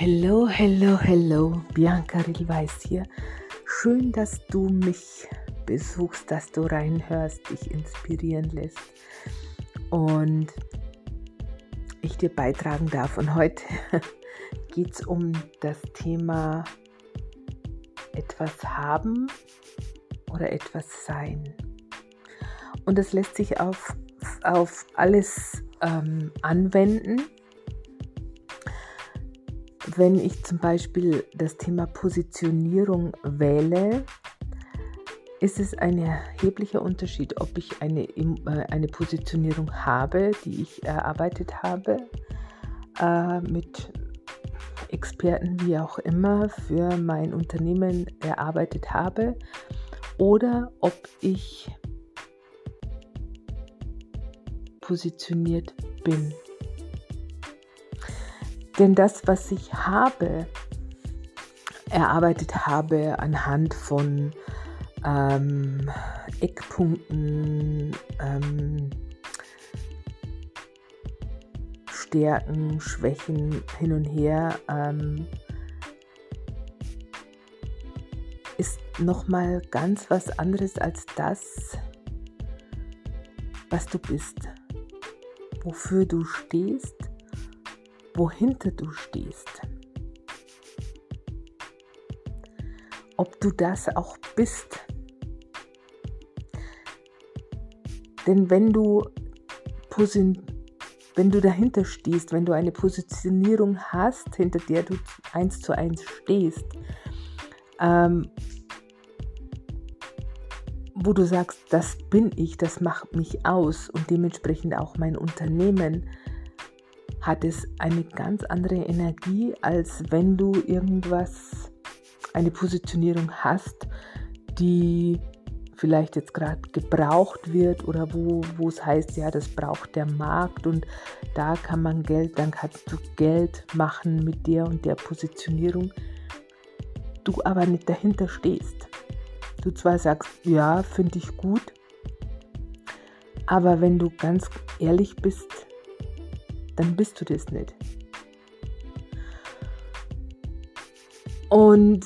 Hello, hello, hello, Bianca Rilweis hier. Schön, dass du mich besuchst, dass du reinhörst, dich inspirieren lässt und ich dir beitragen darf. Und heute geht es um das Thema etwas haben oder etwas sein. Und das lässt sich auf alles anwenden. Wenn ich zum Beispiel das Thema Positionierung wähle, ist es ein erheblicher Unterschied, ob ich eine Positionierung habe, die ich erarbeitet habe, mit Experten wie auch immer für mein Unternehmen erarbeitet habe, oder ob ich positioniert bin. Denn das, was ich erarbeitet habe anhand von Eckpunkten, Stärken, Schwächen hin und her, ist nochmal ganz was anderes als das, was du bist, wofür du stehst, wohinter du stehst. Ob du das auch bist. Denn wenn du dahinter stehst, wenn du eine Positionierung hast, hinter der du 1:1 stehst, wo du sagst, das bin ich, das macht mich aus und dementsprechend auch mein Unternehmen, hat es eine ganz andere Energie, als wenn du eine Positionierung hast, die vielleicht jetzt gerade gebraucht wird oder wo es heißt, ja, das braucht der Markt und da dann kannst du Geld machen mit der und der Positionierung, du aber nicht dahinter stehst. Du zwar sagst, ja, finde ich gut, aber wenn du ganz ehrlich bist, dann bist du das nicht. Und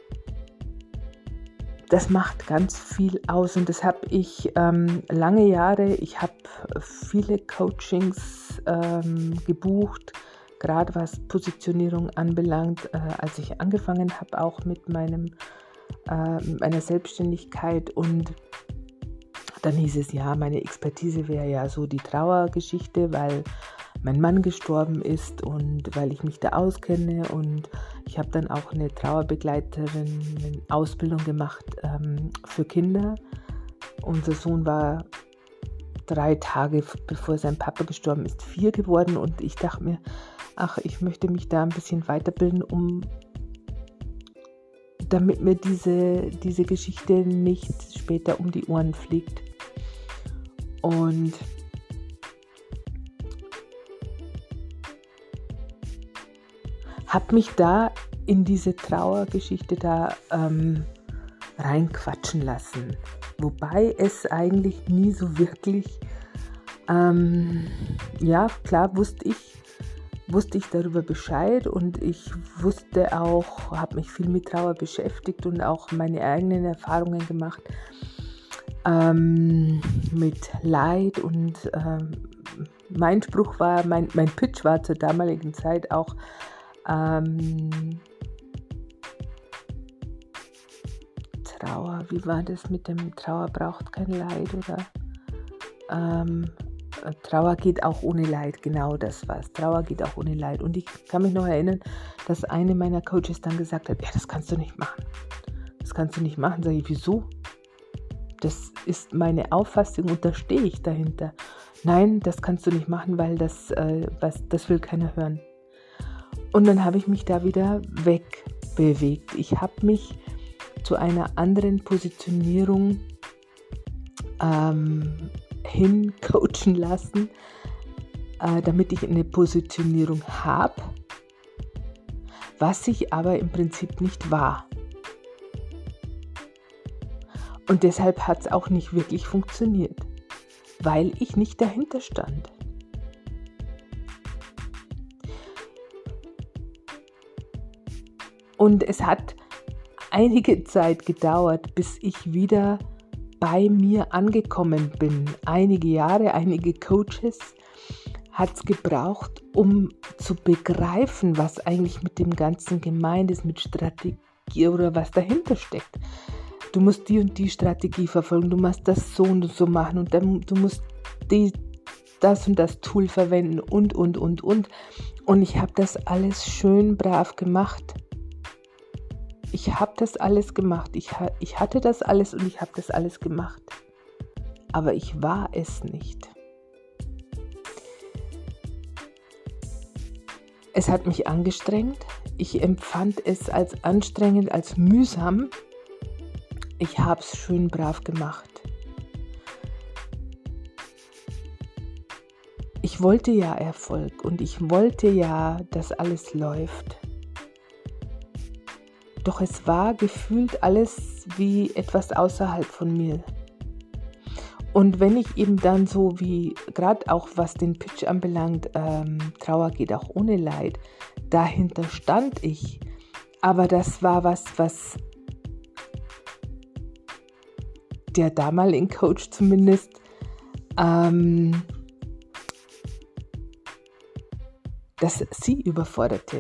das macht ganz viel aus und das habe ich lange Jahre, ich habe viele Coachings gebucht, gerade was Positionierung anbelangt, als ich angefangen habe, auch mit meiner Selbstständigkeit, und dann hieß es, ja, meine Expertise wäre ja so die Trauergeschichte, weil mein Mann gestorben ist und weil ich mich da auskenne, und ich habe dann auch eine Trauerbegleiterin Ausbildung gemacht für Kinder. Unser Sohn war 3 Tage bevor sein Papa gestorben ist 4 geworden, und ich dachte mir, ich möchte mich da ein bisschen weiterbilden, damit mir diese Geschichte nicht später um die Ohren fliegt. Und habe mich da in diese Trauergeschichte reinquatschen lassen. Wobei es eigentlich nie so wirklich, klar wusste ich darüber Bescheid, und ich wusste auch, habe mich viel mit Trauer beschäftigt und auch meine eigenen Erfahrungen gemacht mit Leid, und mein Spruch war, mein Pitch war zur damaligen Zeit auch, Trauer, wie war das mit dem Trauer braucht kein Leid, oder Trauer geht auch ohne Leid, genau das war's. Trauer geht auch ohne Leid. Und ich kann mich noch erinnern, dass eine meiner Coaches dann gesagt hat, ja, das kannst du nicht machen. Das kannst du nicht machen. Sag ich, wieso? Das ist meine Auffassung und da stehe ich dahinter. Nein, das kannst du nicht machen, weil das will keiner hören. Und dann habe ich mich da wieder wegbewegt. Ich habe mich zu einer anderen Positionierung hincoachen lassen, damit ich eine Positionierung habe, was ich aber im Prinzip nicht war. Und deshalb hat es auch nicht wirklich funktioniert, weil ich nicht dahinter stand. Und es hat einige Zeit gedauert, bis ich wieder bei mir angekommen bin. Einige Jahre, einige Coaches hat es gebraucht, um zu begreifen, was eigentlich mit dem Ganzen gemeint ist, mit Strategie oder was dahinter steckt. Du musst die und die Strategie verfolgen, du musst das so und so machen und dann, du musst das und das Tool verwenden und. Und ich habe das alles schön brav gemacht. Ich habe das alles gemacht. Ich hatte das alles und ich habe das alles gemacht. Aber ich war es nicht. Es hat mich angestrengt. Ich empfand es als anstrengend, als mühsam. Ich habe es schön brav gemacht. Ich wollte ja Erfolg und ich wollte ja, dass alles läuft. Doch es war gefühlt alles wie etwas außerhalb von mir. Und wenn ich eben dann so wie, gerade auch was den Pitch anbelangt, Trauer geht auch ohne Leid, dahinter stand ich. Aber das war was der damalige Coach zumindest dass sie überforderte.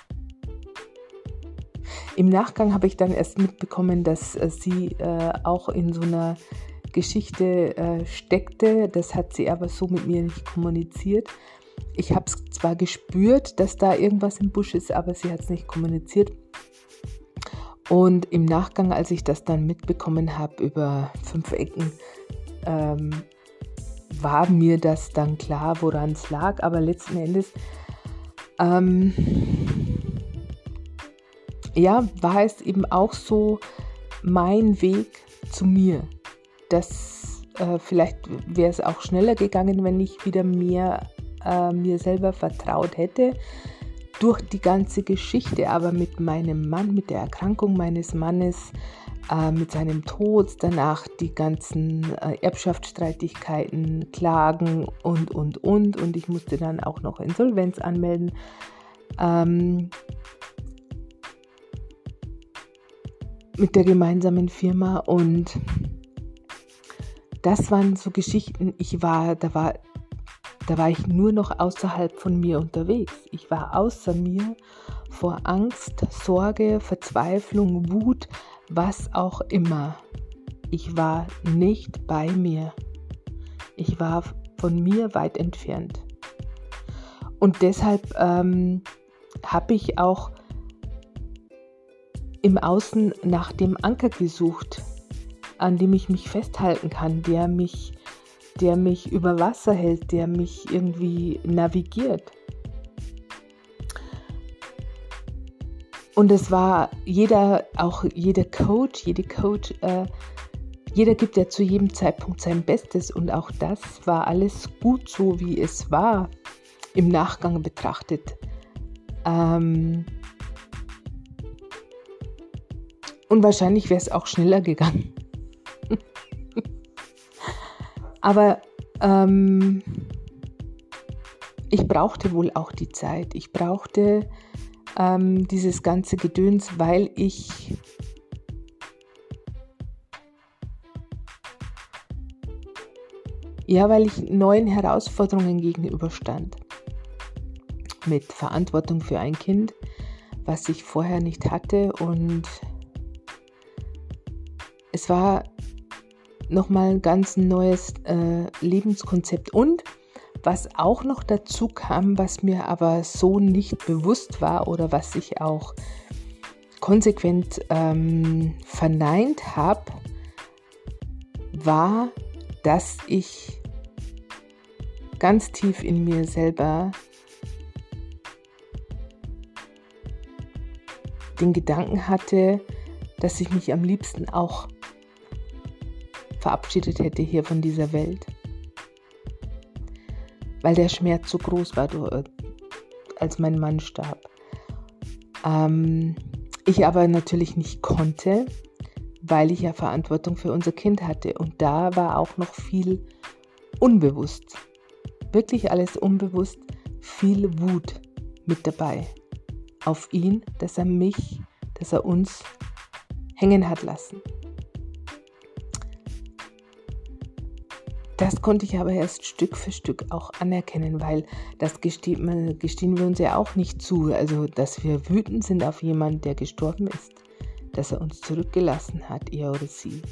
Im Nachgang habe ich dann erst mitbekommen, dass sie auch in so einer Geschichte steckte. Das hat sie aber so mit mir nicht kommuniziert. Ich habe es zwar gespürt, dass da irgendwas im Busch ist, aber sie hat es nicht kommuniziert. Und im Nachgang, als ich das dann mitbekommen habe über 5 Ecken, war mir das dann klar, woran es lag. Aber letzten Endes war es eben auch so mein Weg zu mir. Das vielleicht wäre es auch schneller gegangen, wenn ich wieder mehr mir selber vertraut hätte durch die ganze Geschichte. Aber mit meinem Mann, mit der Erkrankung meines Mannes, mit seinem Tod, danach die ganzen Erbschaftsstreitigkeiten, Klagen und ich musste dann auch noch Insolvenz anmelden. Mit der gemeinsamen Firma, und das waren so Geschichten, da war ich nur noch außerhalb von mir unterwegs. Ich war außer mir vor Angst, Sorge, Verzweiflung, Wut, was auch immer. Ich war nicht bei mir. Ich war von mir weit entfernt. Und deshalb habe ich auch im Außen nach dem Anker gesucht, an dem ich mich festhalten kann, der mich über Wasser hält, der mich irgendwie navigiert. Und es war jeder Coach, jeder gibt ja zu jedem Zeitpunkt sein Bestes, und auch das war alles gut so, wie es war, im Nachgang betrachtet. Und wahrscheinlich wäre es auch schneller gegangen. Aber ich brauchte wohl auch die Zeit. Ich brauchte dieses ganze Gedöns, weil ich neuen Herausforderungen gegenüberstand. Mit Verantwortung für ein Kind, was ich vorher nicht hatte, und es war nochmal ein ganz neues Lebenskonzept. Und was auch noch dazu kam, was mir aber so nicht bewusst war oder was ich auch konsequent verneint habe, war, dass ich ganz tief in mir selber den Gedanken hatte, dass ich mich am liebsten auch verabschiedet hätte hier von dieser Welt, weil der Schmerz so groß war, als mein Mann starb. Ich aber natürlich nicht konnte, weil ich ja Verantwortung für unser Kind hatte, und da war auch noch viel unbewusst, wirklich alles unbewusst, viel Wut mit dabei auf ihn, dass er mich dass er uns hängen hat lassen. Das konnte ich aber erst Stück für Stück auch anerkennen, weil das gestehen wir uns ja auch nicht zu. Also, dass wir wütend sind auf jemanden, der gestorben ist, dass er uns zurückgelassen hat, er oder sie.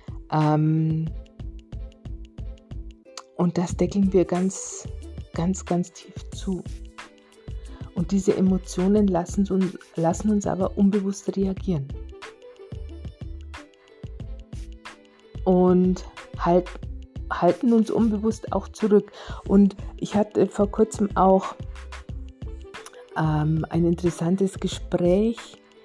Und das deckeln wir ganz, ganz, ganz tief zu. Und diese Emotionen lassen uns aber unbewusst reagieren. Und halten uns unbewusst auch zurück. Und ich hatte vor kurzem auch ein interessantes Gespräch,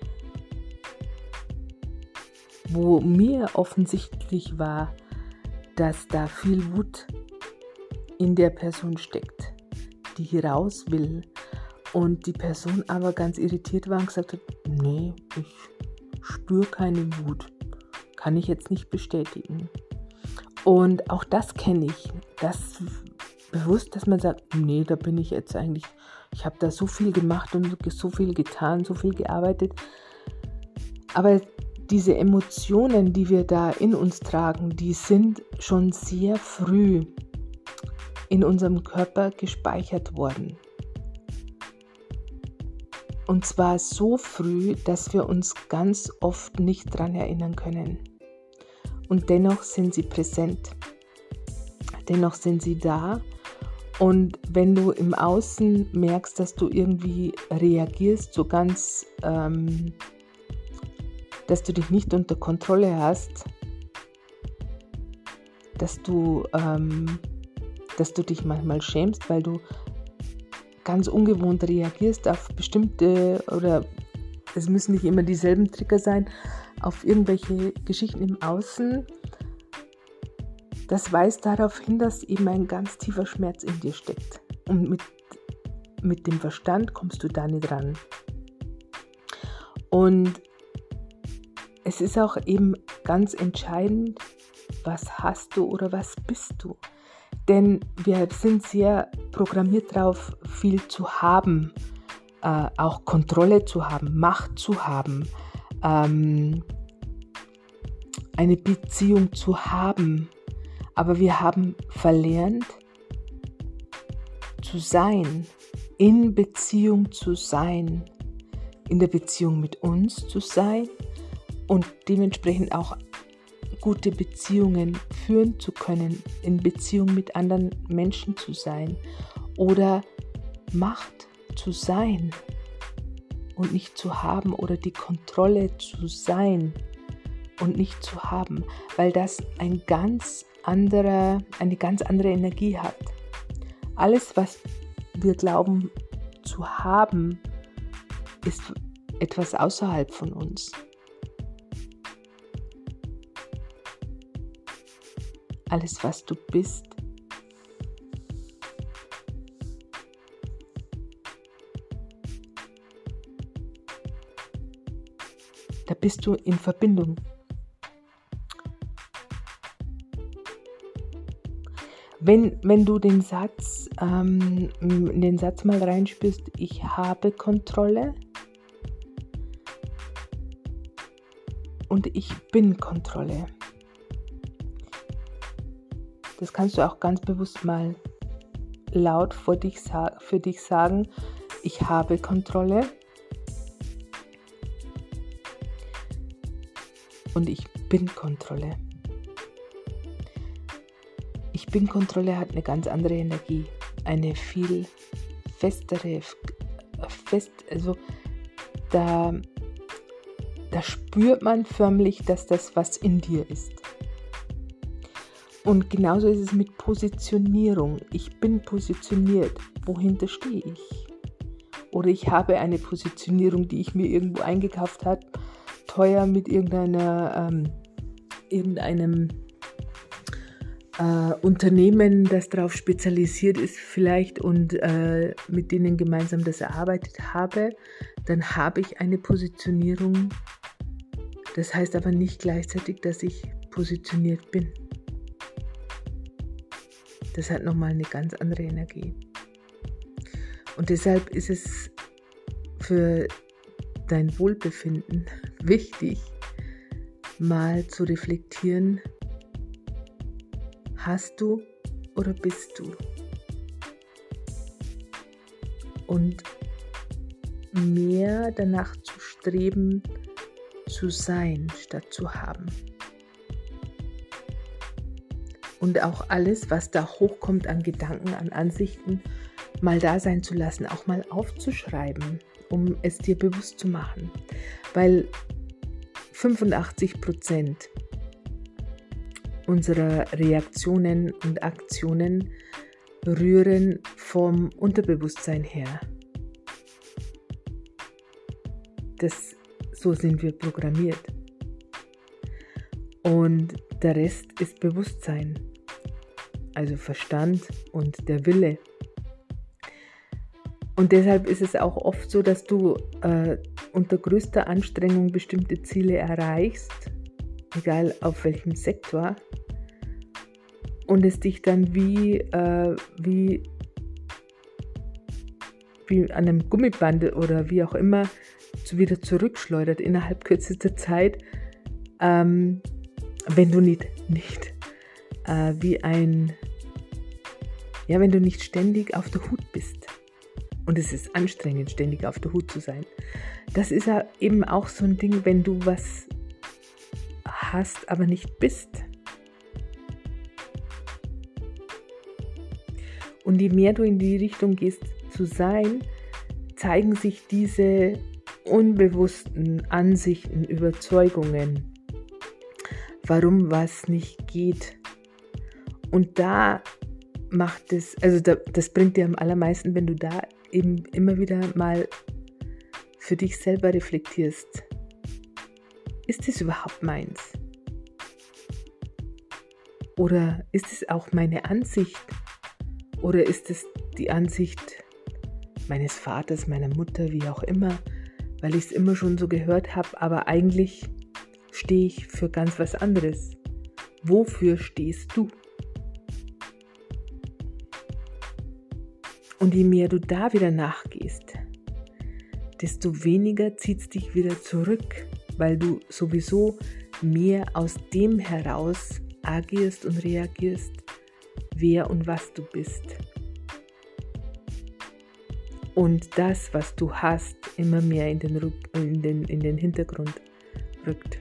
wo mir offensichtlich war, dass da viel Wut in der Person steckt, die hier raus will. Und die Person aber ganz irritiert war und gesagt hat, nee, ich spüre keine Wut. Kann ich jetzt nicht bestätigen. Und auch das kenne ich. Das bewusst, dass man sagt, nee, da bin ich jetzt eigentlich, ich habe da so viel gemacht und so viel getan, so viel gearbeitet. Aber diese Emotionen, die wir da in uns tragen, die sind schon sehr früh in unserem Körper gespeichert worden. Und zwar so früh, dass wir uns ganz oft nicht dran erinnern können. Und dennoch sind sie präsent. Dennoch sind sie da. Und wenn du im Außen merkst, dass du irgendwie reagierst, so ganz, dass du dich nicht unter Kontrolle hast, dass du dich manchmal schämst, weil du ganz ungewohnt reagierst auf bestimmte, oder es müssen nicht immer dieselben Trigger sein, auf irgendwelche Geschichten im Außen. Das weist darauf hin, dass eben ein ganz tiefer Schmerz in dir steckt. Und mit dem Verstand kommst du da nicht ran. Und es ist auch eben ganz entscheidend, was hast du oder was bist du. Denn wir sind sehr programmiert darauf, viel zu haben, auch Kontrolle zu haben, Macht zu haben, eine Beziehung zu haben. Aber wir haben verlernt zu sein, in Beziehung zu sein, in der Beziehung mit uns zu sein und dementsprechend auch gute Beziehungen führen zu können, in Beziehung mit anderen Menschen zu sein oder Macht zu sein und nicht zu haben oder die Kontrolle zu sein und nicht zu haben, weil das eine ganz andere Energie hat. Alles, was wir glauben zu haben, ist etwas außerhalb von uns. Alles, was du bist, da bist du in Verbindung. Wenn du den Satz mal reinspürst, ich habe Kontrolle und ich bin Kontrolle. Das kannst du auch ganz bewusst mal laut für dich sagen, ich habe Kontrolle und ich bin Kontrolle. Ich bin Kontrolle hat eine ganz andere Energie, eine viel festere, also da spürt man förmlich, dass das was in dir ist. Und genauso ist es mit Positionierung. Ich bin positioniert. Wohinter stehe ich? Oder ich habe eine Positionierung, die ich mir irgendwo eingekauft habe, teuer mit irgendeinem Unternehmen, das darauf spezialisiert ist vielleicht und mit denen gemeinsam das erarbeitet habe, dann habe ich eine Positionierung. Das heißt aber nicht gleichzeitig, dass ich positioniert bin. Das hat nochmal eine ganz andere Energie. Und deshalb ist es für dein Wohlbefinden wichtig, mal zu reflektieren, hast du oder bist du? Und mehr danach zu streben, zu sein, statt zu haben. Und auch alles, was da hochkommt an Gedanken, an Ansichten, mal da sein zu lassen, auch mal aufzuschreiben, um es dir bewusst zu machen. Weil 85% unserer Reaktionen und Aktionen rühren vom Unterbewusstsein her. So sind wir programmiert. Und der Rest ist Bewusstsein, also Verstand und der Wille. Und deshalb ist es auch oft so, dass du unter größter Anstrengung bestimmte Ziele erreichst, egal auf welchem Sektor, und es dich dann wie an einem Gummiband oder wie auch immer wieder zurückschleudert innerhalb kürzester Zeit, wenn du nicht wenn du nicht ständig auf der Hut bist. Und es ist anstrengend, ständig auf der Hut zu sein. Das ist ja eben auch so ein Ding, wenn du was hast, aber nicht bist. Und je mehr du in die Richtung gehst zu sein, zeigen sich diese unbewussten Ansichten, Überzeugungen, warum was nicht geht. Und da macht es, das bringt dir am allermeisten, wenn du da eben immer wieder mal für dich selber reflektierst. Ist es überhaupt meins? Oder ist es auch meine Ansicht? Oder ist es die Ansicht meines Vaters, meiner Mutter, wie auch immer, weil ich es immer schon so gehört habe, aber eigentlich stehe ich für ganz was anderes. Wofür stehst du? Und je mehr du da wieder nachgehst, desto weniger zieht es dich wieder zurück, weil du sowieso mehr aus dem heraus agierst und reagierst, wer und was du bist. Und das, was du hast, immer mehr in den Hintergrund rückt.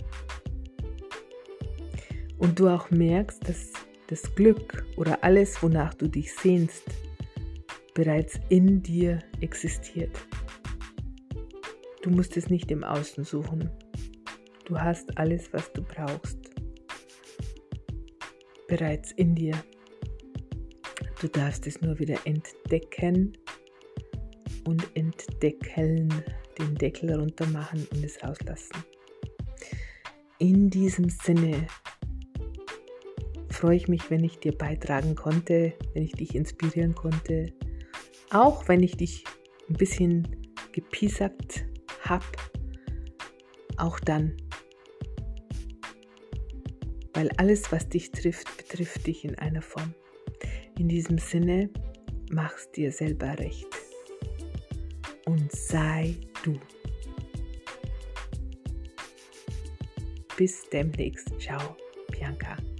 Und du auch merkst, dass das Glück oder alles, wonach du dich sehnst, bereits in dir existiert. Du musst es nicht im Außen suchen. Du hast alles, was du brauchst, bereits in dir. Du darfst es nur wieder entdecken und entdeckeln, den Deckel runter machen und es rauslassen. In diesem Sinne freue ich mich, wenn ich dir beitragen konnte, wenn ich dich inspirieren konnte, auch wenn ich dich ein bisschen gepiesackt habe, auch dann. Weil alles, was dich trifft, betrifft dich in einer Form. In diesem Sinne, mach's dir selber recht und sei du. Bis demnächst. Ciao, Bianca.